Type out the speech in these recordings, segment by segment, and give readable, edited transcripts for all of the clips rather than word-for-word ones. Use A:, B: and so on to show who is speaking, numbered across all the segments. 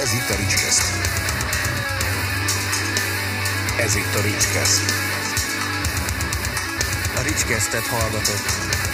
A: Ez itt a Ricskeszt. Ez itt a Ricskeszt. A Ricskesztet hallgatott.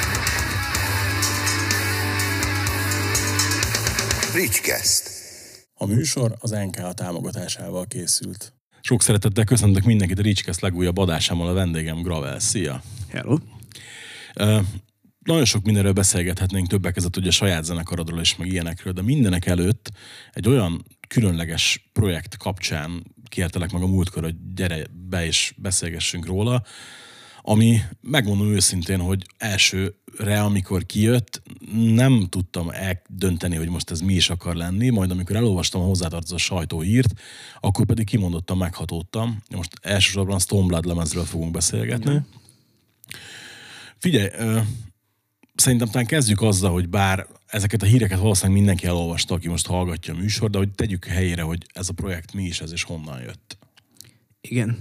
A: Ricskeszt.
B: A műsor az NKA támogatásával készült. Sok szeretettel köszöntök mindenkit a Ricskeszt legújabb adásával, a vendégem Gravel. Szia!
C: Hello!
B: Nagyon sok mindenről beszélgethetnénk, többek között ugye a saját zenekarodról és meg ilyenekről, de mindenek előtt egy olyan különleges projekt kapcsán kértelek meg a múltkor, hogy gyere be és beszélgessünk róla, ami, megmondom őszintén, hogy elsőre, amikor kijött, nem tudtam eldönteni, hogy most ez mi is akar lenni, majd amikor elolvastam a hozzátartozó sajtóhírt, akkor pedig kimondottan meghatódtam. Most elsősorban a Stoneblood lemezről fogunk beszélgetni. Ja. Figyelj, szerintem talán kezdjük azzal, hogy bár ezeket a híreket valószínűleg mindenki elolvasta, aki most hallgatja a műsor, de hogy tegyük helyére, hogy ez a projekt mi is ez, és honnan jött.
C: Igen.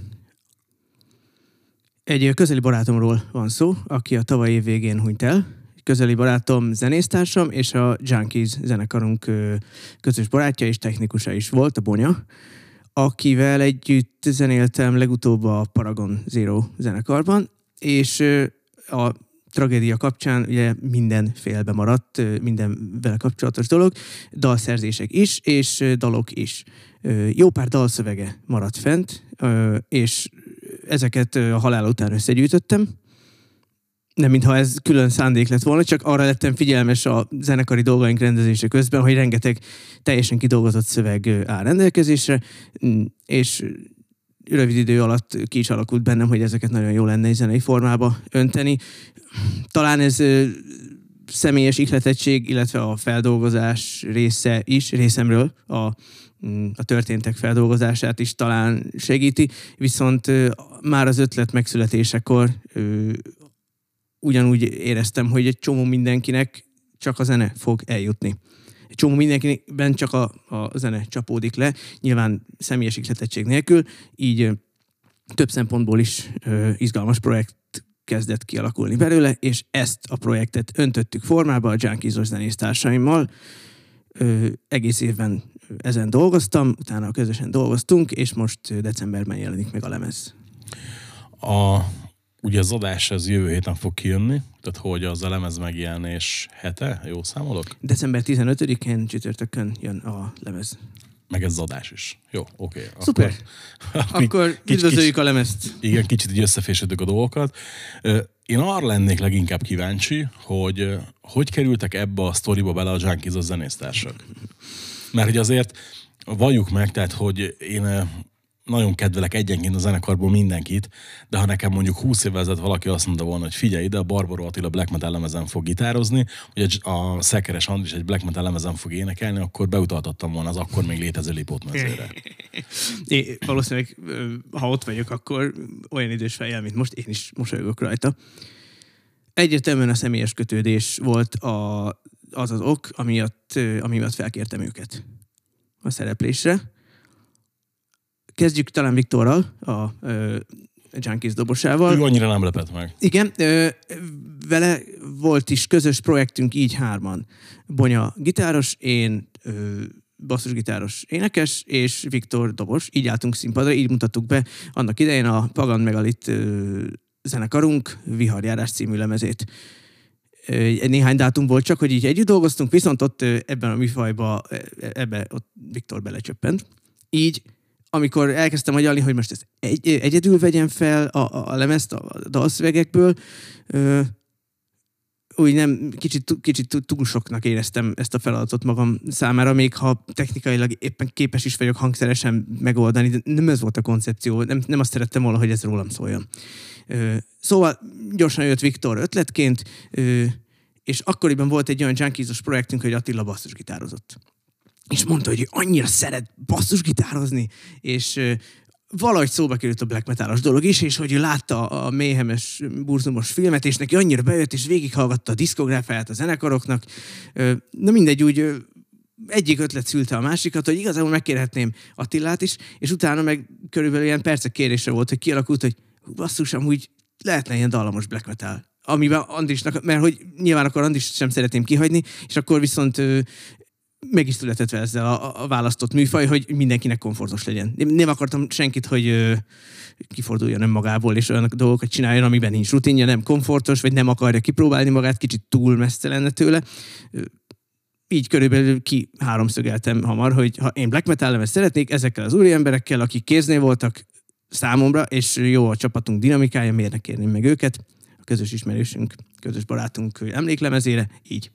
C: Egy közeli barátomról van szó, aki a tavaly év végén hunyt el. Közeli barátom, zenésztársam, és a Junkies zenekarunk közös barátja és technikusa is volt, a Bonya, akivel együtt zenéltem legutóbb a Paragon Zero zenekarban, és a tragédia kapcsán ugye minden félbe maradt, minden vele kapcsolatos dolog, dalszerzések is, és dalok is. Jó pár dalszövege maradt fent, és ezeket a halál után összegyűjtöttem. Nem mintha ez külön szándék lett volna, csak arra lettem figyelmes a zenekari dolgaink rendezése közben, hogy rengeteg teljesen kidolgozott szöveg áll rendelkezésre, és rövid idő alatt ki is alakult bennem, hogy ezeket nagyon jó lenne egy zenei formába önteni. Talán ez személyes ihletettség, illetve a feldolgozás része is, részemről a történtek feldolgozását is talán segíti, viszont már az ötlet megszületésekor ugyanúgy éreztem, hogy egy csomó mindenkinek csak a zene fog eljutni. Egy csomó mindenkiben csak a zene csapódik le, nyilván személyes ihletettség nélkül, így több szempontból is izgalmas projekt kezdett kialakulni belőle, és ezt a projektet öntöttük formába a Junkies-os zenésztársaimmal. Egész évben ezen dolgoztam, utána közösen dolgoztunk, és most decemberben jelenik meg a lemez.
B: Ugye az adás az jövő héten fog kijönni, tehát hogy az a lemez megjelenés hete, jól számolok?
C: December 15-én csütörtökön jön a lemez.
B: Meg ez az adás is. Jó, oké.
C: Szuper. Akkor üdvözöljük a lemezt.
B: Igen, kicsit így összefésültük a dolgokat. Én arra lennék leginkább kíváncsi, hogy kerültek ebbe a sztoriba bele a Junkies-os zenésztársak. Mert hogy azért valljuk meg, tehát hogy én nagyon kedvelek egyenként a zenekarból mindenkit, de ha nekem mondjuk 20 évvel ezelőtt valaki azt mondta volna, hogy figyelj ide, a Barbaró Attila black metal lemezen fog gitározni, hogy a Szekeres Andris egy black metal lemezen fog énekelni, akkor beutaltattam volna az akkor még létező Lipót mezőre.
C: Valószínűleg, ha ott vagyok, akkor olyan idős fejjel, mint most, én is mosolygok rajta. Egyértelműen a személyes kötődés volt az ok, amiatt felkértem őket a szereplésre. Kezdjük talán Viktorral, a Junkies dobosával.
B: Ő annyira nem lepett meg.
C: Igen, vele volt is közös projektünk így hárman. Bonya gitáros, én basszusgitáros énekes, és Viktor dobos. Így álltunk színpadra, így mutattuk be annak idején a Pagan Megalit zenekarunk Viharjárás című lemezét. Néhány dátum volt csak, hogy így együtt dolgoztunk, viszont ott ebben a műfajban ott Viktor belecsöppent. Így amikor elkezdtem agyalni, hogy most ezt egyedül vegyem fel a lemezt a dalszövegekből, úgy nem, kicsit túl soknak éreztem ezt a feladatot magam számára, még ha technikailag éppen képes is vagyok hangszeresen megoldani, de nem ez volt a koncepció, nem azt szerettem volna, hogy ez rólam szóljon. Szóval gyorsan jött Viktor ötletként, és akkoriban volt egy olyan Junkies-os projektünk, hogy Attila basszusgitározott. És mondta, hogy annyira szeret basszusgitározni, és valahogy szóba került a black metalos dolog is, és hogy ő látta a Mayhem-es burzumos filmet, és neki annyira bejött, és végighallgatta a diszkográfiáját a zenekaroknak. Na mindegy, úgy egyik ötlet szülte a másikat, hogy igazából megkérhetném Attilát is, és utána meg körülbelül ilyen percek kérése volt, hogy kialakult, hogy basszus, amúgy lehetne ilyen dallamos black metal. Amiben Andrisnak, mert hogy nyilván akkor Andrist sem szeretném kihagyni, és akkor viszont meg is született ezzel a választott műfaj, hogy mindenkinek komfortos legyen. Nem akartam senkit, hogy kiforduljon önmagából, és olyan dolgokat csináljon, amiben nincs rutinja, nem komfortos, vagy nem akarja kipróbálni magát, kicsit túl messze lenne tőle. Így körülbelül háromszögeltem hamar, hogy ha én black metal lemezt szeretnék, ezekkel az úri emberekkel, akik kéznél voltak számomra, és jó a csapatunk dinamikája, miért ne kérném meg őket, a közös ismerősünk, közös barátunk emléklemezére, így.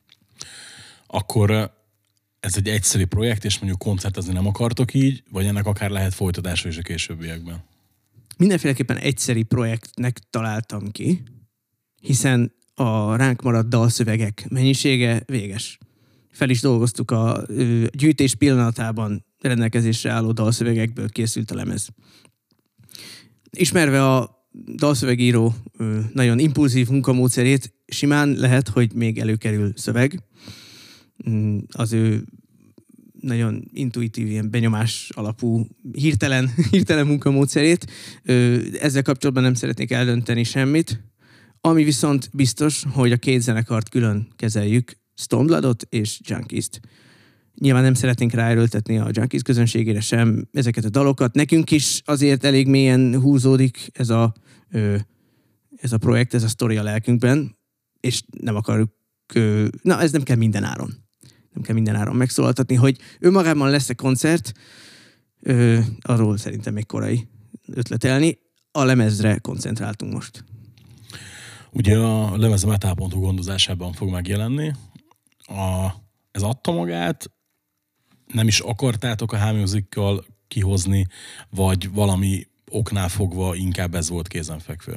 B: Akkor ez egy egyszerű projekt, és mondjuk koncertezni nem akartok így, vagy ennek akár lehet folytatása is a későbbiekben?
C: Mindenféleképpen egyszerű projektnek találtam ki, hiszen a ránk maradt dalszövegek mennyisége véges. Fel is dolgoztuk a gyűjtés pillanatában rendelkezésre álló dalszövegekből készült a lemez. Ismerve a dalszövegíró nagyon impulzív munkamódszerét, simán lehet, hogy még előkerül szöveg. Az ő nagyon intuitív, ilyen benyomás alapú, hirtelen munkamódszerét. Ezzel kapcsolatban nem szeretnék eldönteni semmit. Ami viszont biztos, hogy a két zenekart külön kezeljük, Stormbloodot és Junkies-t. Nyilván nem szeretnénk ráerőltetni a Junkies közönségére sem ezeket a dalokat. Nekünk is azért elég mélyen húzódik ez a projekt, ez a sztori a lelkünkben, és nem akarjuk, ez nem kell minden áron. Nem kell minden áron megszólaltatni, hogy önmagában lesz-e koncert, arról szerintem még korai ötletelni. A lemezre koncentráltunk most.
B: Ugye a lemez a metal.hu gondozásában fog megjelenni. Ez adta magát, nem is akartátok a H-Music-kal kihozni, vagy valami oknál fogva inkább ez volt kézenfekvő?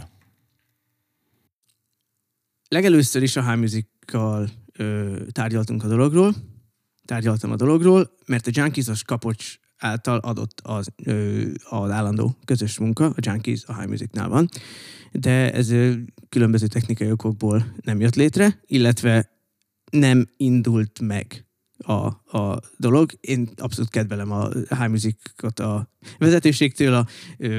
C: Legelőször is a H-Music-kal tárgyaltam a dologról, mert a Junkies-os kapocs által adott az állandó közös munka, a Junkies a H-Music-nál van, de ez különböző technikai okokból nem jött létre, illetve nem indult meg a dolog. Én abszolút kedvelem a H-Music-ot a vezetőségtől, a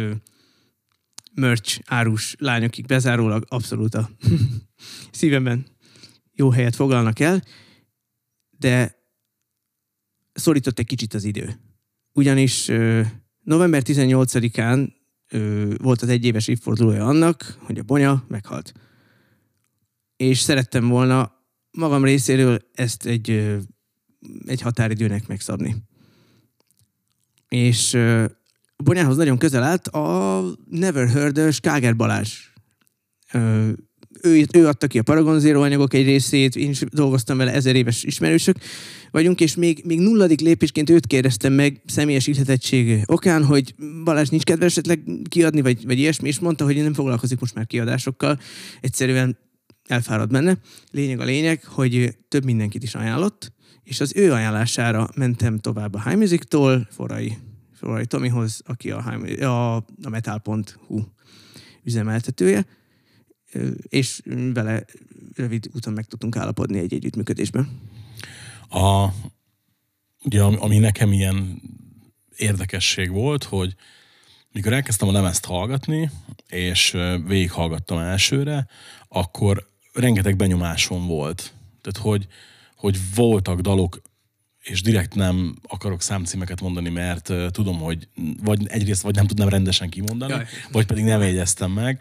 C: merch árus lányokig bezárólag abszolút a szívemben jó helyet foglalnak el, de szorított egy kicsit az idő. Ugyanis november 18-án volt az egyéves évfordulója annak, hogy a Bonya meghalt. És szerettem volna magam részéről ezt egy határidőnek megszabni. És a Bonyához nagyon közel állt a Never Heard-ös Káger Balázs. Ő adta ki a Paragon Zero anyagok egy részét, én is dolgoztam vele, 1000 éves ismerősök vagyunk, és még nulladik lépésként őt kérdeztem meg személyes ilyetettség okán, hogy Balázs nincs kedve esetleg kiadni, vagy ilyesmi, és mondta, hogy nem foglalkozik most már kiadásokkal, egyszerűen elfárad benne. Lényeg a lényeg, hogy több mindenkit is ajánlott, és az ő ajánlására mentem tovább a H-Music-tól, Forrai Tomihoz, aki a metal.hu üzemeltetője, és vele rövid úton meg tudtunk állapodni egy együttműködésben.
B: Ugye, ami nekem ilyen érdekesség volt, hogy mikor elkezdtem a lemezt hallgatni, és végighallgattam elsőre, akkor rengeteg benyomásom volt. Tehát, hogy voltak dalok, és direkt nem akarok számcímeket mondani, mert tudom, hogy vagy egyrészt vagy nem tudnám rendesen kimondani, vagy pedig nem jegyeztem meg.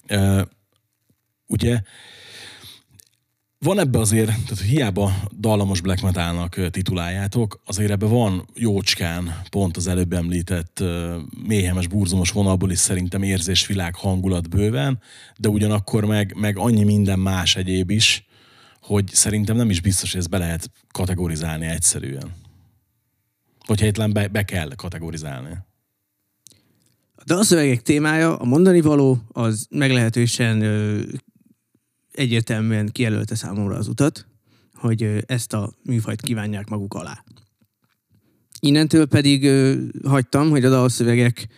B: Ugye van ebbe azért, tehát hiába dallamos black metalnak tituláljátok, azért ebbe van jócskán pont az előbb említett mélyhemes, burzumos vonalból is szerintem érzésvilág, hangulat bőven, de ugyanakkor meg annyi minden más egyéb is, hogy szerintem nem is biztos, hogy ezt be lehet kategorizálni egyszerűen. Vagy egyetlen be kell kategorizálni.
C: A dalszövegek témája, a mondani való, az meglehetősen egyértelműen kijelölte számomra az utat, hogy ezt a műfajt kívánják maguk alá. Innentől pedig hagytam, hogy a dalszövegek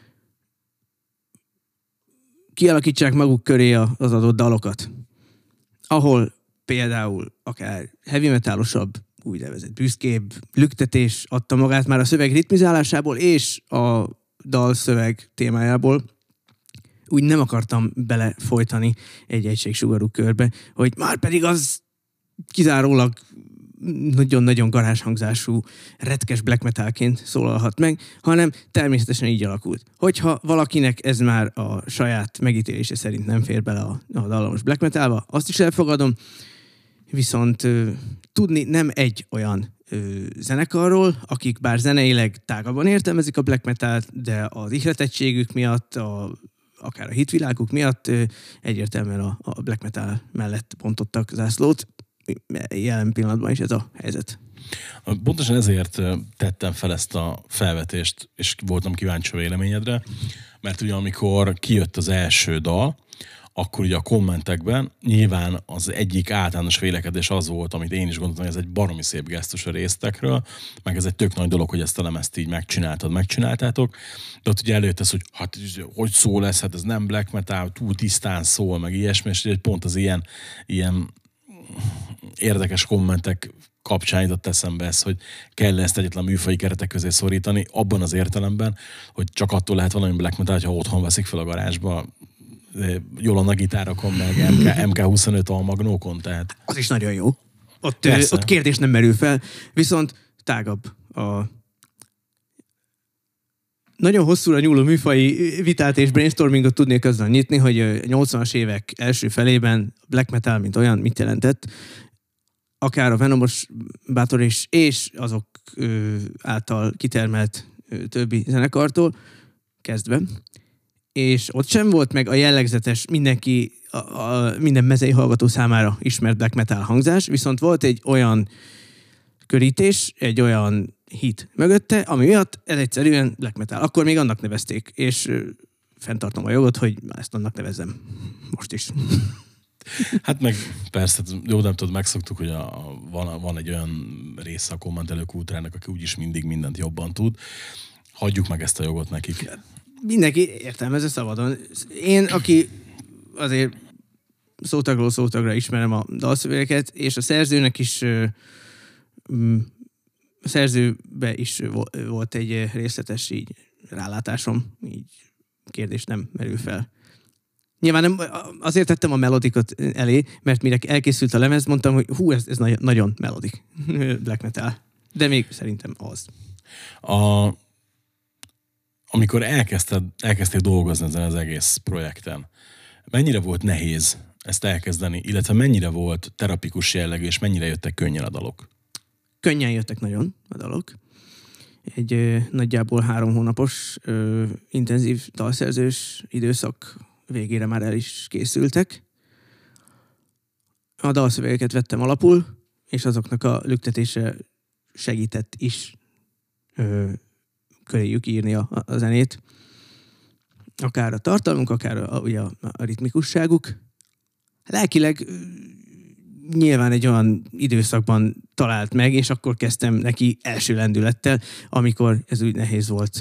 C: kialakítsák maguk köré az adott dalokat. Ahol például akár heavy metalosabb, úgynevezett büszkébb lüktetés adta magát már a szöveg ritmizálásából és a dalszöveg témájából, úgy nem akartam belefolytani egy egységsugarú körbe, hogy már pedig az kizárólag nagyon-nagyon garázshangzású, retkes black metalként szólalhat meg, hanem természetesen így alakult. Hogyha valakinek ez már a saját megítélése szerint nem fér bele a dallamos black metalba, azt is elfogadom, viszont tudni nem egy olyan zenekarról, akik bár zeneileg tágabban értelmezik a black metalt, de az ihletettségük miatt, akár a hitviláguk miatt egyértelműen a black metal mellett pontottak zászlót. Jelen pillanatban is ez a helyzet.
B: Pontosan ezért tettem fel ezt a felvetést, és voltam kíváncsi a véleményedre, mert ugye amikor kijött az első dal, akkor ugye a kommentekben nyilván az egyik általános vélekedés az volt, amit én is gondoltam, hogy ez egy baromi szép gesztus a résztekről, meg ez egy tök nagy dolog, hogy ezt a lemezt így megcsináltátok, de ott ugye előtt ez, hogy hát hogy szól ez, hát ez nem black metal, túl tisztán szól, meg ilyesmi, és pont az ilyen érdekes kommentek kapcsán jutott eszembe ez, hogy kell ezt egyetlen műfaji keretek közé szorítani, abban az értelemben, hogy csak attól lehet valami black metal, ha otthon veszik fel a garázsba, jól a gitárokon, meg MK25 almagnókon, tehát...
C: Az is nagyon jó. Ott kérdés nem merül fel, viszont tágabb nagyon hosszúra nyúló műfaji vitát és brainstormingot tudnék azzal nyitni, hogy 80-as évek első felében black metal, mint olyan, mit jelentett, akár a Venomos Bátor és azok által kitermelt többi zenekartól kezdve. És ott sem volt meg a jellegzetes, minden mezei hallgató számára ismert black metal hangzás, viszont volt egy olyan körítés, egy olyan hit mögötte, ami miatt ez egyszerűen black metal. Akkor még annak nevezték, és fenntartom a jogot, hogy ezt annak nevezzem most is.
B: Hát meg persze, jó, nem tudod, megszoktuk, hogy van egy olyan része a kommentelő kultúrának, aki úgyis mindig mindent jobban tud. Hagyjuk meg ezt a jogot nekik.
C: Mindenki értelmezze szabadon. Én, aki azért szótagról szótagra ismerem a dalszövegeket, és a szerzőnek is a szerzőbe is volt egy részletes így rálátásom, így kérdés nem merül fel. Nyilván nem, azért tettem a melodikot elé, mert mire elkészült a lemez, mondtam, hogy hú, ez nagyon melodik black metal. De még szerintem az.
B: Amikor elkezdtél dolgozni ezen az egész projekten, mennyire volt nehéz ezt elkezdeni, illetve mennyire volt terapikus jellegű, és mennyire jöttek könnyen a dalok?
C: Könnyen jöttek nagyon a dalok. Egy nagyjából 3 hónapos intenzív dalszerzős időszak végére már el is készültek. A dalszövegeket vettem alapul, és azoknak a lüktetése segített is köréjük írni a zenét. Akár a tartalmunk, akár a ritmikusságuk. Lelkileg nyilván egy olyan időszakban talált meg, és akkor kezdtem neki első lendülettel, amikor ez úgy nehéz volt.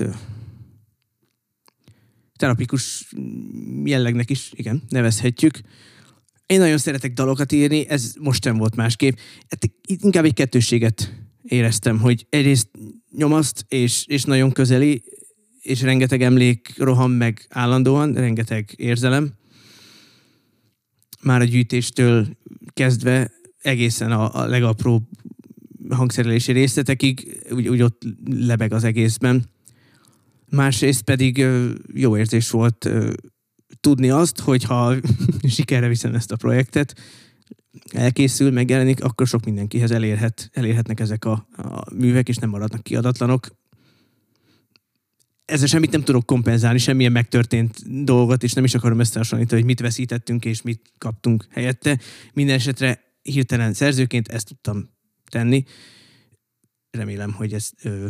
C: Terapikus jellegnek is, igen, nevezhetjük. Én nagyon szeretek dalokat írni, ez most sem volt másképp. Inkább egy kettősséget éreztem, hogy egyrészt nyomaszt, és nagyon közeli, és rengeteg emlék roham meg állandóan, rengeteg érzelem. Már a gyűjtéstől kezdve egészen a legapróbb hangszerelési részletekig, úgy ott lebeg az egészben. Másrészt pedig jó érzés volt tudni azt, hogy ha sikerre viszem ezt a projektet, elkészül, megjelenik, akkor sok mindenkihez elérhetnek ezek a művek, és nem maradnak kiadatlanok. Ezzel semmit nem tudok kompenzálni, semmilyen megtörtént dolgot, és nem is akarom összehasonlítani, hogy mit veszítettünk, és mit kaptunk helyette. Minden esetre hirtelen szerzőként ezt tudtam tenni. Remélem, hogy ez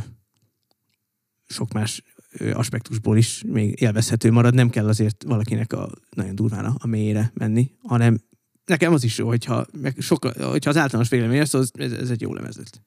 C: sok más aspektusból is még élvezhető marad. Nem kell azért valakinek nagyon durván a mélyére menni, hanem nekem az is jó, hogyha az általános vélemény ez egy jó lemez lett.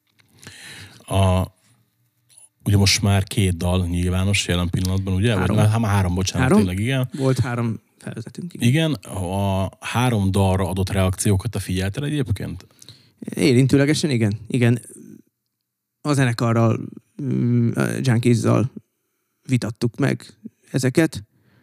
B: Ugye most már 2 dal nyilvános jelen pillanatban, ugye?
C: 3.
B: Vagy, 3, bocsánat,
C: 3?
B: tényleg, igen.
C: Volt 3 felvezetünk.
B: Igen, a 3 dalra adott reakciókat te figyelted egyébként?
C: Érintőlegesen, igen. A zenekarral, a Junkies-zal vitattuk meg ezeket.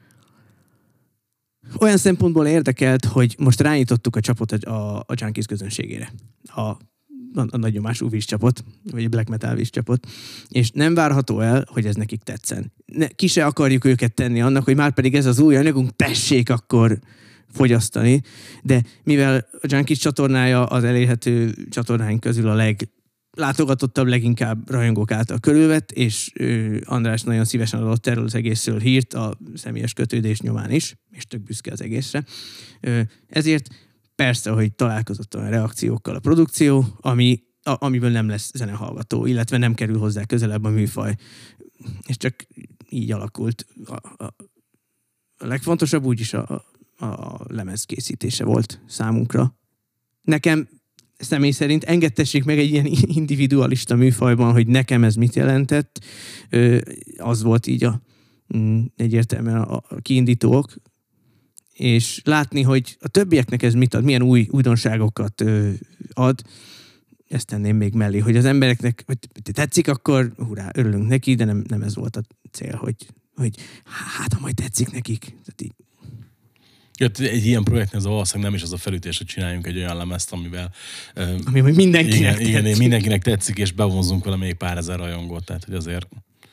C: Olyan szempontból érdekelt, hogy most rányítottuk a csapot a Junkies közönségére. A a nagyomású vízcsapot, vagy a black metal vízcsapot, és nem várható el, hogy ez nekik tetszen. Ki se akarjuk őket tenni annak, hogy már pedig ez az új anyagunk, tessék akkor fogyasztani, de mivel a Junkies csatornája az elérhető csatornáink közül a leglátogatottabb, leginkább rajongók által körülvett, és András nagyon szívesen adott erről az egészről hírt a személyes kötődés nyomán is, és tök büszke az egészre. Ezért persze, hogy találkozott olyan reakciókkal a produkció, amiből nem lesz zenehallgató, illetve nem kerül hozzá közelebb a műfaj. És csak így alakult. A legfontosabb úgyis a lemez készítése volt számunkra. Nekem személy szerint engedtessék meg egy ilyen individualista műfajban, hogy nekem ez mit jelentett. Az volt így egyértelműen a kiindítók. És látni, hogy a többieknek ez mit ad, milyen újdonságokat ad, ezt tenném még mellé, hogy az embereknek, hogy tetszik, akkor hurrá, örülünk neki, de nem ez volt a cél, hogy hát, ha majd tetszik nekik. Tehát így.
B: Egy ilyen projektnél az valószínűleg nem is az a felütés, hogy csináljunk egy olyan lemezt, amivel
C: ami mindenkinek
B: igen, mindenkinek tetszik, és bevonzunk vele még pár ezer rajongót, tehát hogy azért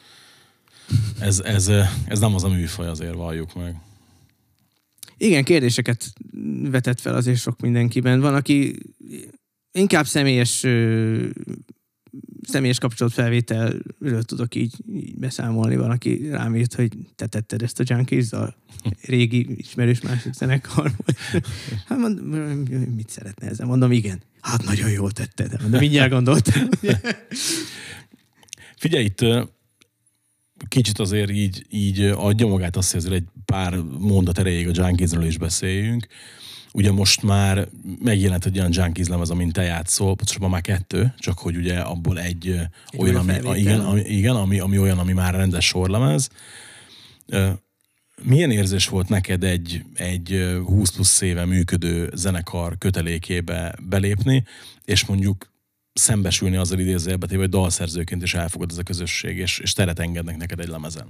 B: ez nem az a műfaj, azért valljuk meg.
C: Igen, kérdéseket vetett fel azért sok mindenkiben. Van, aki inkább személyes kapcsolatfelvételről tudok így beszámolni. Van, aki rám írt, hogy te tetted ezt a Junkies-zal, régi ismerős másik zenekar. Hát mondom, mit szeretne ezzel? Mondom, igen. Hát nagyon jól tetted. De mindjárt gondoltam.
B: Figyelj, itt kicsit azért így adja magát azt, hogy azért egy pár mondat erejéig a Junkiesről is beszéljünk. Ugye most már megjelent egy olyan Junkies lemez, amin te játszol, pontosabban már 2, csak hogy ugye abból egy olyan, ami olyan, ami már rendes sorlemez. Milyen érzés volt neked egy 20 plusz éve működő zenekar kötelékébe belépni, és mondjuk szembesülni azzal idézőjelbetéve, hogy dalszerzőként is elfogad ez a közösség, és teret engednek neked egy lemezen?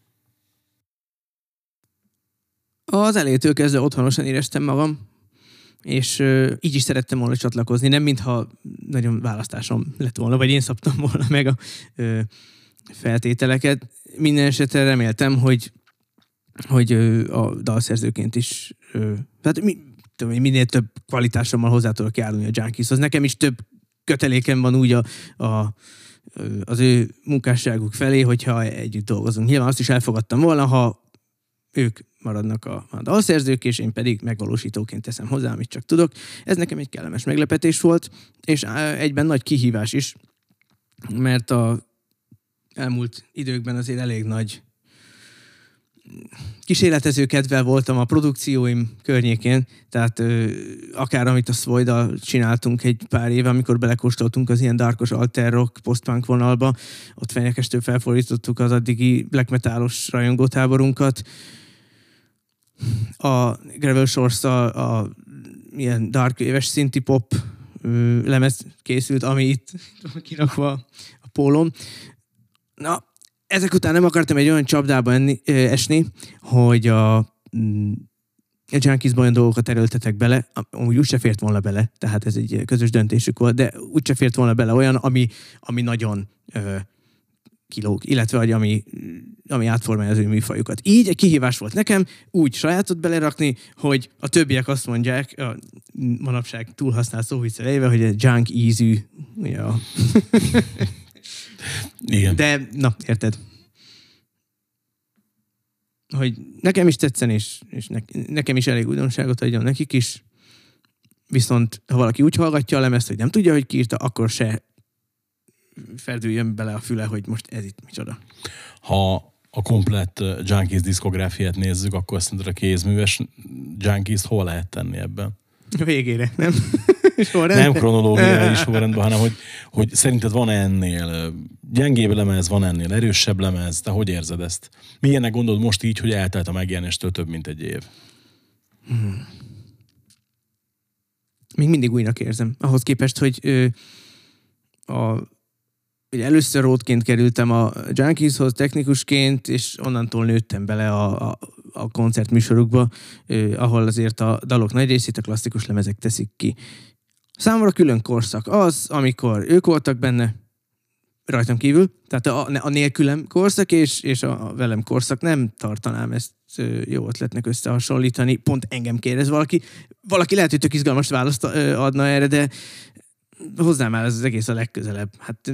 C: Az elejétől kezdve otthonosan éreztem magam, és így is szerettem volna csatlakozni, nem mintha nagyon választásom lett volna, vagy én szabtam volna meg a feltételeket. Minden esetre reméltem, hogy a dalszerzőként is, tehát minél több kvalitásommal hozzá tudok járulni a Junkieshoz. Nekem is több kötelékem van úgy az ő munkásságuk felé, hogyha együtt dolgozunk. Nyilván azt is elfogadtam volna, ha ők maradnak a dalszerzők, és én pedig megvalósítóként teszem hozzá, amit csak tudok. Ez nekem egy kellemes meglepetés volt, és egyben nagy kihívás is, mert az elmúlt időkben azért elég nagy kísérletező kedvel voltam a produkcióim környékén, tehát akár amit a Svoiddal csináltunk egy pár éve, amikor belekóstoltunk az ilyen darkos alter rock, post-punk vonalba, ott fenekestől felfordítottuk az addigi black metalos rajongótáborunkat. A Gravel Shores-szal a ilyen dark éves szinti pop lemez készült, ami itt kirakva a pólón. Na, ezek után nem akartam egy olyan csapdába esni, hogy a Junkiesba olyan dolgokat erőltetek bele, amúgy úgyse fért volna bele, tehát ez egy közös döntésük volt, de úgyse fért volna bele olyan, ami nagyon kilóg, illetve ami átformálja az ő műfajukat. Így egy kihívás volt nekem úgy sajátot belerakni, hogy a többiek azt mondják, a manapság túlhasznált szóvicceleivel, hogy a junk ízű. Ja.
B: Igen.
C: De, na, érted? Hogy nekem is tetszen, és nekem is elég újdonságot adjon nekik is. Viszont, ha valaki úgy hallgatja a lemezt, hogy nem tudja, hogy ki írta, akkor se ferdüljön bele a füle, hogy most ez itt micsoda.
B: Ha a komplett Junkies diszkográfiát nézzük, akkor szerinted a kézműves Junkies hol lehet tenni ebben?
C: A végére, nem?
B: Nem kronológiai sorrendben, hanem hogy szerinted van ennél gyengébb lemez, van ennél erősebb lemez, te hogy érzed ezt? Milyennek gondolod most így, hogy eltelt a megjelenéstől több mint egy év?
C: Még mindig újnak érzem. Ahhoz képest, hogy először rótként kerültem a Junkieshoz technikusként, és onnantól nőttem bele a koncertműsorukba, ahol azért a dalok nagy részét a klasszikus lemezek teszik ki. Számomra külön korszak az, amikor ők voltak benne, rajtam kívül, tehát a nélkülem korszak és a velem korszak. Nem tartanám ezt jó ötletnek összehasonlítani. Pont engem kérdez valaki. Valaki lehet, hogy tök izgalmas választ adna erre, de hozzám áll ez az egész a legközelebb. Hát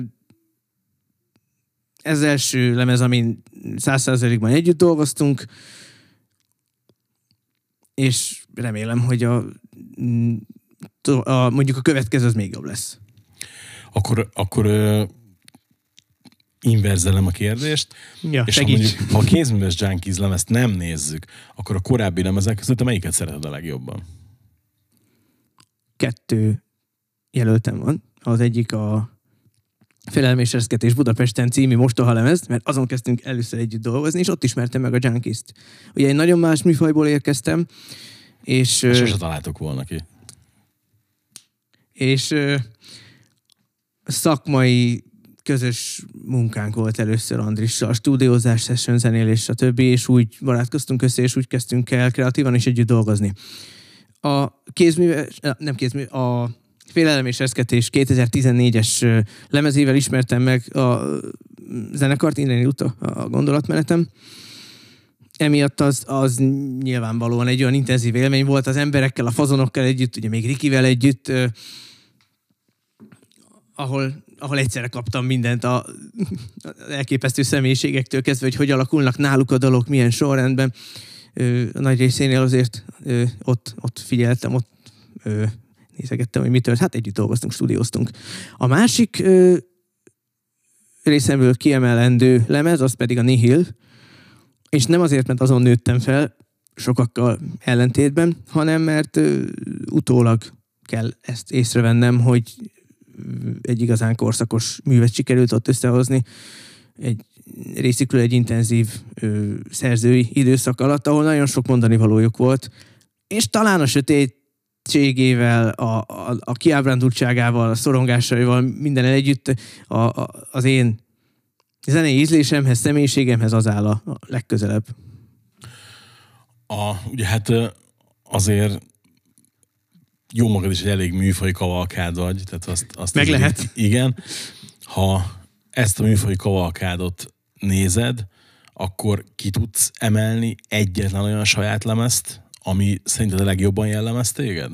C: ez az első lemez, amin 100%-ban együtt dolgoztunk, és remélem, hogy mondjuk a következő az még jobb lesz.
B: Akkor inverzelem a kérdést,
C: Ja,
B: és ha a Kézműves Junkies lemezt nem nézzük, akkor a korábbi lemezek között te melyiket szereted a legjobban?
C: 2 jelöltem van. Az egyik a Félelem és Reszketés Budapesten című mostoha lemez, mert azon kezdtünk először együtt dolgozni, és ott ismertem meg a Junkies-t. Ugye én nagyon más műfajból érkeztem, és
B: Sose találtok volna ki.
C: És szakmai közös munkánk volt először Andrissal, stúdiózás, session zenélés, stb. És úgy barátkoztunk össze, és úgy kezdtünk el kreatívan is együtt dolgozni. A Félelem és Reszketés 2014-es lemezével ismertem meg a zenekart, innen jut a gondolatmenetem. Emiatt az nyilvánvalóan egy olyan intenzív élmény volt az emberekkel, a fazonokkal együtt, ugye még Rikivel együtt, ahol egyszerre kaptam mindent az elképesztő személyiségektől kezdve, hogy alakulnak náluk a dalok, milyen sorrendben. A nagy részénél azért ott figyeltem, ott nézegettem, hogy mi történt. Hát együtt dolgoztunk, stúdióztunk. A másik részemről kiemelendő lemez, az pedig a Nihil, és nem azért, mert azon nőttem fel, sokakkal ellentétben, hanem mert utólag kell ezt észrevennem, hogy egy igazán korszakos művet sikerült ott összehozni egy részükről egy intenzív szerzői időszak alatt, ahol nagyon sok mondani valójuk volt, és talán a sötétségével, a kiábrándultságával, a szorongásaival minden együtt az én zenei ízlésemhez, személyiségemhez az áll a legközelebb.
B: Ugye hát azért jó magad is egy elég műfai kavalkád vagy, tehát azt
C: meg lehet.
B: Igen. Ha ezt a műfai kavalkádot nézed, akkor ki tudsz emelni egyetlen olyan saját lemezt, ami szerinted a legjobban jellemez téged?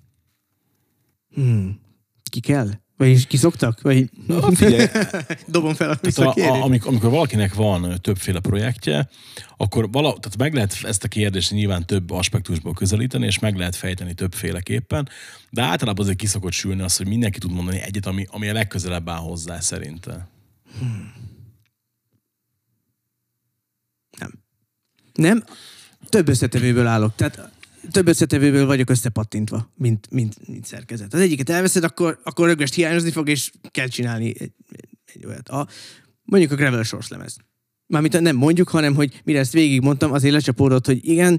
C: Ki kell? Vagy ki szoktak? Vagy...
B: Figyelj,
C: dobom fel a visszakérést.
B: Amikor valakinek van többféle projektje, akkor tehát meg lehet ezt a kérdést nyilván több aspektusból közelíteni, és meg lehet fejteni többféleképpen, de általában azért ki szokott sülni az, hogy mindenki tud mondani egyet, ami a legközelebb áll hozzá szerinte.
C: Nem. Több összetevőből állok. Tehát több összetevőből vagyok összepattintva, mint szerkezet. Az egyiket elveszed, akkor rögvest hiányozni fog, és kell csinálni egy olyat. Mondjuk a Gravel Shores lemez. Mármint nem mondjuk, hanem hogy mire ezt végigmondtam, azért lecsapódott, hogy igen.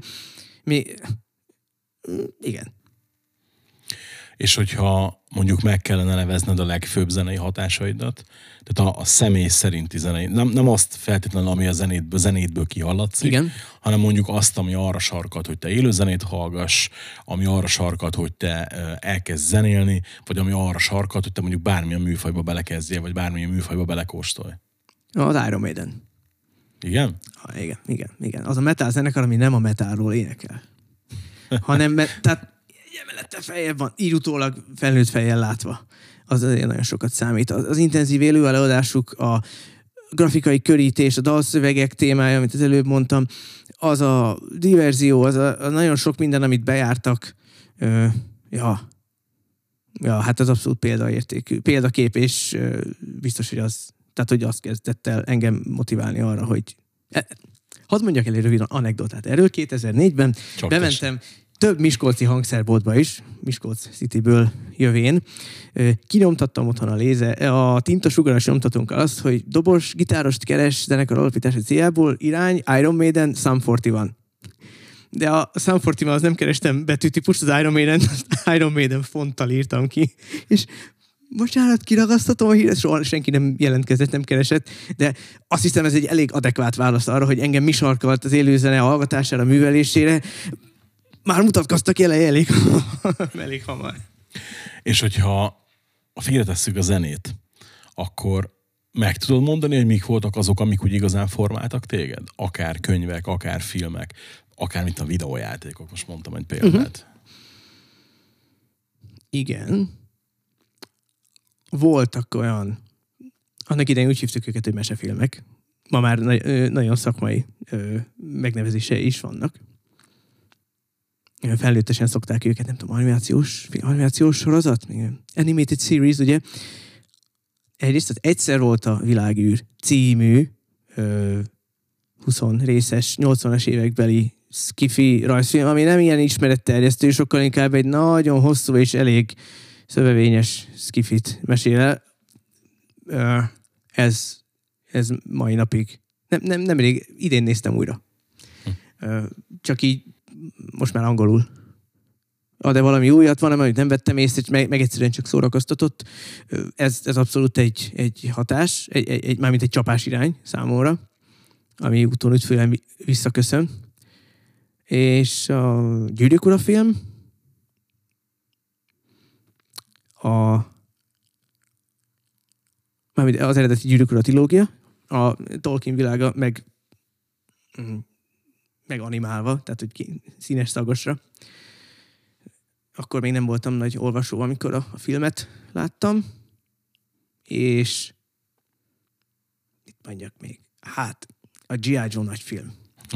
B: És hogyha mondjuk meg kellene nevezned a legfőbb zenei hatásaidat, tehát a személy szerinti zenei, nem azt feltétlenül, ami a zenétből kihallatszik,
C: igen,
B: hanem mondjuk azt, ami arra sarkalt, hogy te élőzenét hallgass, ami arra sarkalt, hogy te elkezd zenélni, vagy ami arra sarkalt, hogy te mondjuk bármilyen műfajba belekezdjél, vagy bármilyen műfajba belekóstolj.
C: Az Iron Maiden.
B: Igen?
C: Igen. Az a metal zenekar, ami nem a metalról énekel. hanem, tehát emelette feljebb van, így utólag felnőtt fejjel látva. Az azért nagyon sokat számít. Az intenzív élő előadásuk, a grafikai körítés, a dalszövegek témája, amit az előbb mondtam, az a diverzió, az a nagyon sok minden, amit bejártak. Hát az abszolút példaértékű. Példakép, és biztos, hogy hogy az kezdett el engem motiválni arra, hogy... Hadd mondjak el egy rövid anekdotát erről. 2004-ben bementem több miskolci hangszerboltba is, Miskolc Cityből jövén. Kinyomtattam otthon a tintasugaras nyomtatónkkal azt, hogy dobos, gitárost keres zenekar alapítása céljából, irány, Iron Maiden, Sum 41. De a Sum 41 az nem kerestem betűtípust, az Iron Maiden fonttal írtam ki, és bocsánat, kiragasztatom a híret, soha senki nem jelentkezett, nem keresett, de azt hiszem ez egy elég adekvát válasz arra, hogy engem mi sarkalt az élőzene hallgatására, művelésére. Már mutatkoztak elég hamar.
B: És hogyha félretesszük a zenét, akkor meg tudod mondani, hogy mik voltak azok, amik úgy igazán formáltak téged? Akár könyvek, akár filmek, akár mint a videójátékok, most mondtam egy példát.
C: Igen. Voltak olyan, annak idején úgy hívtuk őket, hogy mesefilmek. Ma már nagyon szakmai megnevezése is vannak. Felnőttesen szokták őket, nem tudom, animációs sorozat? Animated series, ugye? Egyrészt az Egyszer volt a világűr című 20 részes, 80-as évekbeli sci-fi rajzfilm, ami nem ilyen ismeretterjesztő, sokkal inkább egy nagyon hosszú és elég szövevényes sci-fit mesél el. Ez mai napig. Nemrég idén néztem újra. Csak így most már angolul. De valami újat van, amit nem vettem észre, meg egyszerűen csak szórakoztatott. Ez abszolút egy hatás, mármint egy csapás irány számomra, ami úton ügyfően visszaköszön. És a Gyűrűk Ura film, mármint az eredeti Gyűrűk Ura trilógia, a Tolkien világa meg animálva, tehát hogy színes szagosra. Akkor még nem voltam nagy olvasó, amikor a filmet láttam. És mit mondjak még? Hát, a G.I. Joe nagyfilm.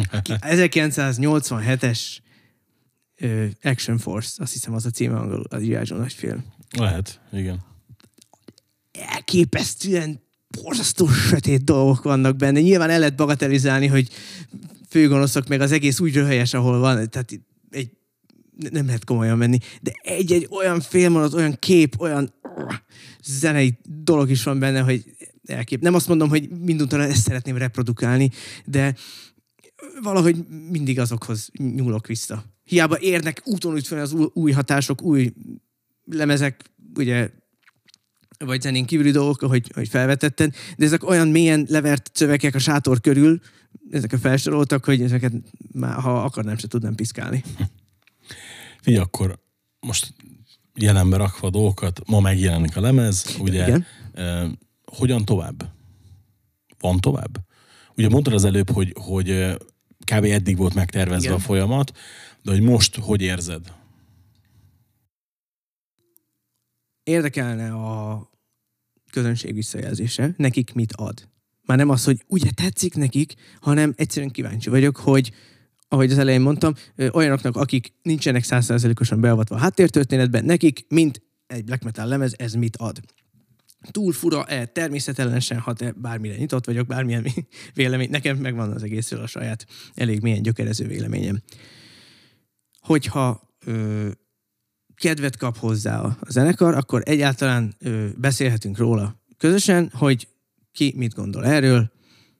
C: 1987-es Action Force, azt hiszem az a címe angolul, a G.I. Joe nagyfilm.
B: Lehet, igen.
C: Elképesztően borzasztó sötét dolgok vannak benne. Nyilván el lehet bagatelizálni, hogy főgonoszok, meg az egész úgy röhelyes, ahol van. Tehát nem lehet komolyan menni. De egy olyan félmondat, olyan kép, olyan zenei dolog is van benne, hogy nem azt mondom, hogy minduntalan ezt szeretném reprodukálni, de valahogy mindig azokhoz nyúlok vissza. Hiába érnek úton úgy fel az új hatások, új lemezek, ugye, vagy zenén kívüli dolgok, ahogy felvetetted, de ezek olyan mélyen levert szövegek a sátor körül, ezek a felsoroltak, hogy ezeket már, ha akarnám, se tudnám piszkálni.
B: Figyelj, akkor most jelenbe rakva a dolgokat, ma megjelenik a lemez, ugye, hogyan tovább? Van tovább? Ugye mondtad az előbb, hogy kb. Eddig volt megtervezve igen. A folyamat, de hogy most hogy érzed?
C: Érdekelne a közönség visszajelzése, nekik mit ad. Már nem az, hogy ugye tetszik nekik, hanem egyszerűen kíváncsi vagyok, hogy ahogy az elején mondtam, olyanoknak, akik nincsenek 100%-osan beavatva a háttértörténetben, nekik, mint egy black metal lemez, ez mit ad. Túl fura-e, természetellenesen hat-e, bármire nyitott vagyok, bármilyen vélemény. Nekem megvan az egészről a saját elég mélyen gyökerező véleményem. Hogyha kedvet kap hozzá a zenekar, akkor egyáltalán beszélhetünk róla közösen, hogy ki mit gondol erről,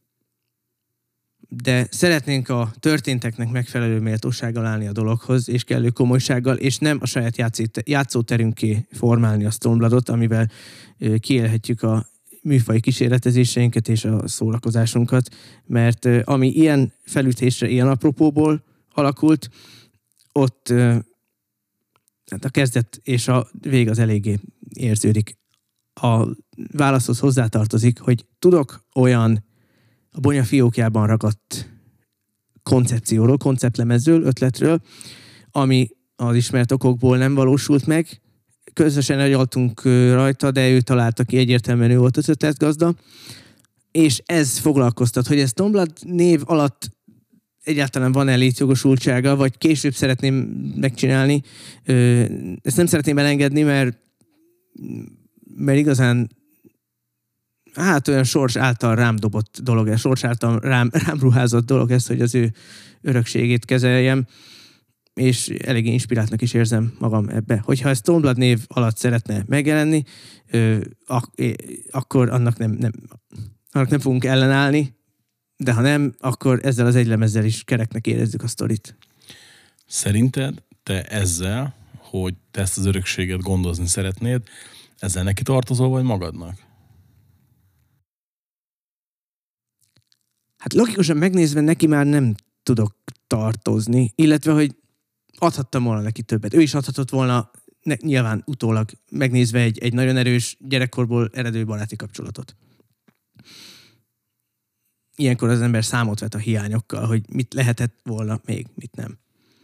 C: de szeretnénk a történteknek megfelelő méltósággal állni a dologhoz, és kellő komolysággal, és nem a saját játszóterünké formálni a Stormbloodot, amivel kiélhetjük a műfai kísérletezéseinket és a szórakozásunkat, mert ami ilyen felütésre, ilyen apropóból alakult, ott hát a kezdet és a vég az eléggé érződik. A válaszhoz hozzátartozik, hogy tudok olyan a Bonya fiókjában ragadt koncepcióról, konceptlemezről, ötletről, ami az ismert okokból nem valósult meg. Közösen agyaltunk rajta, de ő találta ki, egyértelműen ő volt az ötletgazda. És ez foglalkoztat, hogy ez Stormblood név alatt egyáltalán van-e létjogosultsága, vagy később szeretném megcsinálni. Ezt nem szeretném elengedni, mert igazán olyan sors által rám dobott dolog ez, sors által rám ruházott dolog ez, hogy az ő örökségét kezeljem, és eléggé inspiráltnak is érzem magam ebbe. Hogyha ez Stormblood név alatt szeretne megjelenni, akkor annak nem fogunk ellenállni, de ha nem, akkor ezzel az egy lemezzel is kereknek érezzük a sztorit.
B: Szerinted te ezzel, hogy te ezt az örökséget gondozni szeretnéd, ezzel neki tartozol, vagy magadnak?
C: Hát logikusan megnézve neki már nem tudok tartozni, illetve, hogy adhattam volna neki többet. Ő is adhatott volna nyilván utólag megnézve egy nagyon erős gyerekkorból eredő baráti kapcsolatot. Ilyenkor az ember számot vet a hiányokkal, hogy mit lehetett volna még, mit nem.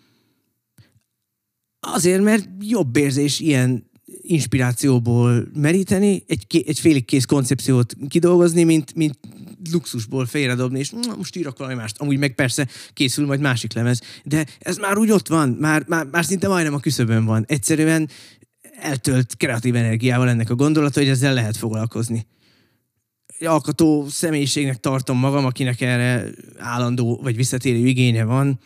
C: Azért, mert jobb érzés ilyen inspirációból meríteni, egy félig kész koncepciót kidolgozni, mint luxusból félredobni, és most írok valami mást. Amúgy meg persze készül majd másik lemez, de ez már úgy ott van, már szinte majdnem a küszöbön van. Egyszerűen eltölt kreatív energiával ennek a gondolata, hogy ezzel lehet foglalkozni. Alkotó személyiségnek tartom magam, akinek erre állandó vagy visszatérő igénye van.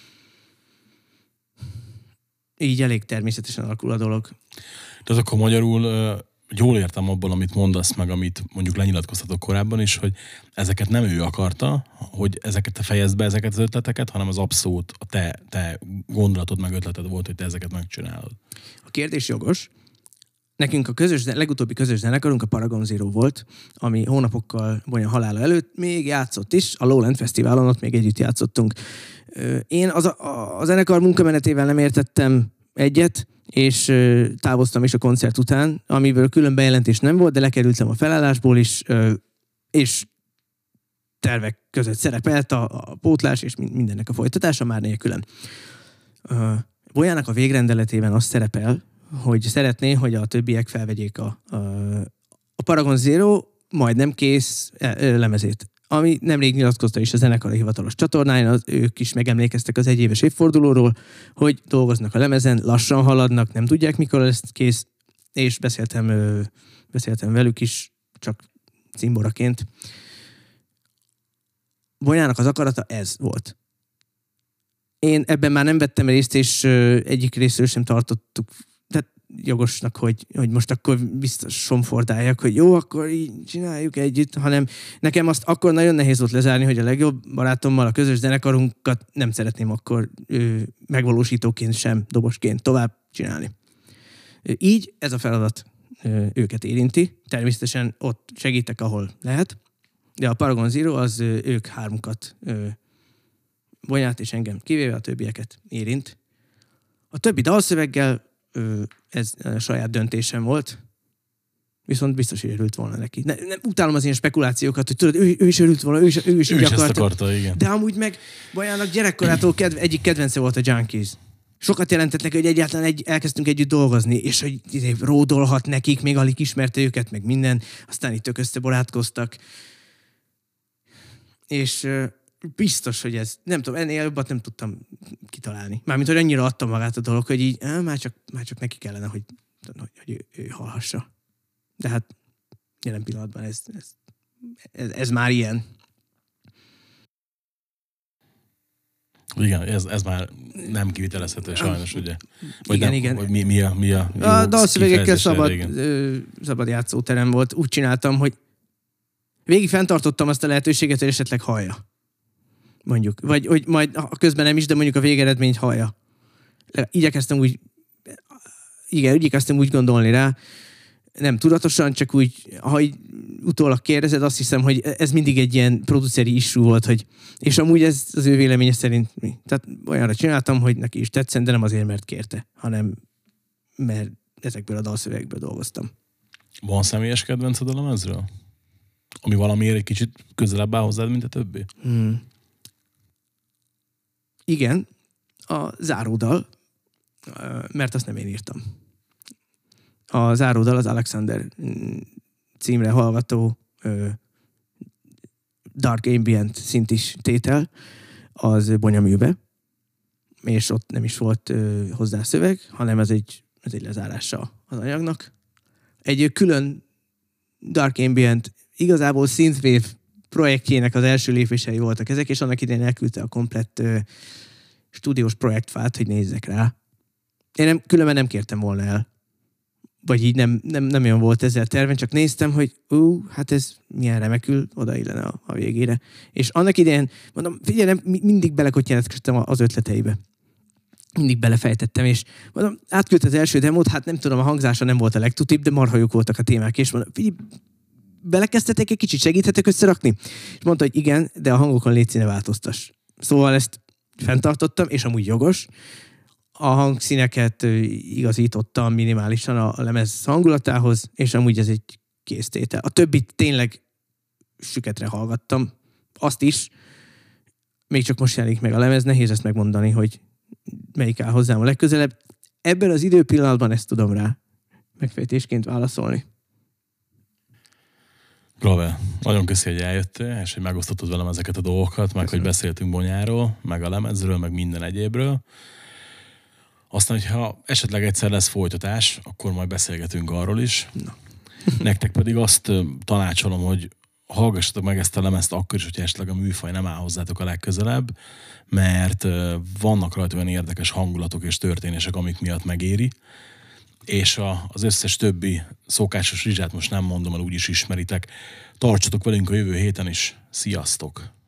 C: Így elég természetesen alakul a dolog.
B: Tehát akkor magyarul jól értem abból, amit mondasz, meg amit mondjuk lenyilatkoztatok korábban is, hogy ezeket nem ő akarta, hogy ezeket te fejezd be, ezeket az ötleteket, hanem az abszolút a te gondolatod meg ötleted volt, hogy te ezeket megcsinálod.
C: A kérdés jogos. Nekünk a legutóbbi közös zenekarunk a Paragon Zero volt, ami hónapokkal Bonya halála előtt még játszott is, a Lowland Fesztiválon ott még együtt játszottunk. Én a zenekar munkamenetével nem értettem egyet, és távoztam is a koncert után, amiből külön bejelentés nem volt, de lekerültem a felállásból is, és tervek között szerepelt a pótlás és mindennek a folytatása már nélkülem. Bolyának a végrendeletében az szerepel, hogy szeretné, hogy a többiek felvegyék a Paragon Zero majdnem kész lemezét. Ami nemrég nyilatkozta is a zenekar hivatalos csatornáján, ők is megemlékeztek az egyéves évfordulóról, hogy dolgoznak a lemezen, lassan haladnak, nem tudják, mikor lesz kész, és beszéltem velük is, csak cimboraként. Bolyának az akarata ez volt. Én ebben már nem vettem részt, és egyik részről sem tartottuk jogosnak, hogy most akkor biztos somfordáljak, hogy jó, akkor így csináljuk együtt, hanem nekem azt akkor nagyon nehéz volt lezárni, hogy a legjobb barátommal a közös zenekarunkat nem szeretném akkor megvalósítóként sem, dobosként tovább csinálni. Így ez a feladat őket érinti. Természetesen ott segítek, ahol lehet, de a Paragon Zero az ők hármunkat, Bonyát és engem kivéve, a többieket érint. A többi dalszöveggel ez saját döntésem volt, viszont biztos, hogy örült volna neki. Nem utálom az ilyen spekulációkat, hogy tudod, ő is örült volna, ő is
B: ezt akarta, igen.
C: De amúgy meg Bolyának gyerekkorától egyik kedvence volt a Junkies. Sokat jelentett neki, hogy egyáltalán elkezdtünk együtt dolgozni, és hogy ródolhat nekik, még alig ismerte őket, meg minden, aztán itt tök összeborátkoztak. És biztos, hogy ez, nem tudom, ennél jobbat nem tudtam kitalálni. Mármint, hogy annyira adta magát a dolog, hogy így, már csak neki kellene, hogy ő hallhassa. De hát jelen pillanatban ez már ilyen.
B: Igen, ez már nem kivitelezhető sajnos, ugye? Vagy
C: igen,
B: nem,
C: igen.
B: Vagy mi a
C: dalszövegekkel szabad játszóterem volt. Úgy csináltam, hogy végig fenntartottam azt a lehetőséget, hogy esetleg hallja. Mondjuk. Vagy hogy majd közben nem is, de mondjuk a végeredményt hallja. Igyekeztem úgy gondolni rá, nem tudatosan, csak úgy, ha így utólag kérdezed, azt hiszem, hogy ez mindig egy ilyen produceri issue volt, hogy, és amúgy ez az ő véleménye szerint mi. Tehát olyanra csináltam, hogy neki is tetszett, de nem azért, mert kérte, hanem mert ezekből a dalszövegekből dolgoztam.
B: Van személyes kedvenced a lemezről? Ami valamiért egy kicsit közelebb áll hozzád, mint a többi?
C: Igen, a záródal, mert azt nem én írtam. A záródal az Alexander címre hallgató Dark Ambient szintis tétel az Bonyaműve, és ott nem is volt hozzá szöveg, hanem ez egy lezárása az anyagnak. Egy külön Dark Ambient, igazából synthwave projektjének az első lépései voltak ezek, és annak idején elküldte a komplett stúdiós projektfát, hogy nézzek rá. Én különben nem kértem volna el. Vagy így nem olyan volt ezzel terven, csak néztem, hogy hát ez milyen remekül odaillene a végére. És annak idején, mondom, figyelj, mindig belekotyánatkoztam az ötleteibe. Mindig belefejtettem, és mondom, átküldte az első demót, hát nem tudom, a hangzása nem volt a legtutibb, de marha jók voltak a témák, és mondom, figyelj, belekezdtetek egy kicsit, segíthetek összerakni? És mondta, hogy igen, de a hangokon légy színe változtass. Szóval ezt fenntartottam, és amúgy jogos. a hangszíneket igazítottam minimálisan a lemez hangulatához, és amúgy ez egy késztétel. A többit tényleg süketre hallgattam. Azt is, még csak most jelenik meg a lemez, nehéz ezt megmondani, hogy melyik áll hozzám a legközelebb. Ebben az időpillanatban ezt tudom rá megfejtésként válaszolni.
B: Gravel, nagyon köszi, hogy eljöttél, és hogy megosztottad velem ezeket a dolgokat, meg hogy beszéltünk Bonyáról, meg a lemezről, meg minden egyébről. Aztán, hogyha esetleg egyszer lesz folytatás, akkor majd beszélgetünk arról is.
C: Na.
B: Nektek pedig azt tanácsolom, hogy hallgassatok meg ezt a lemezt akkor is, hogyha esetleg a műfaj nem áll hozzátok a legközelebb, mert vannak rajta olyan érdekes hangulatok és történések, amik miatt megéri, és az összes többi szokásos rizsát most nem mondom el, úgyis ismeritek. Tartsatok velünk a jövő héten is. Sziasztok!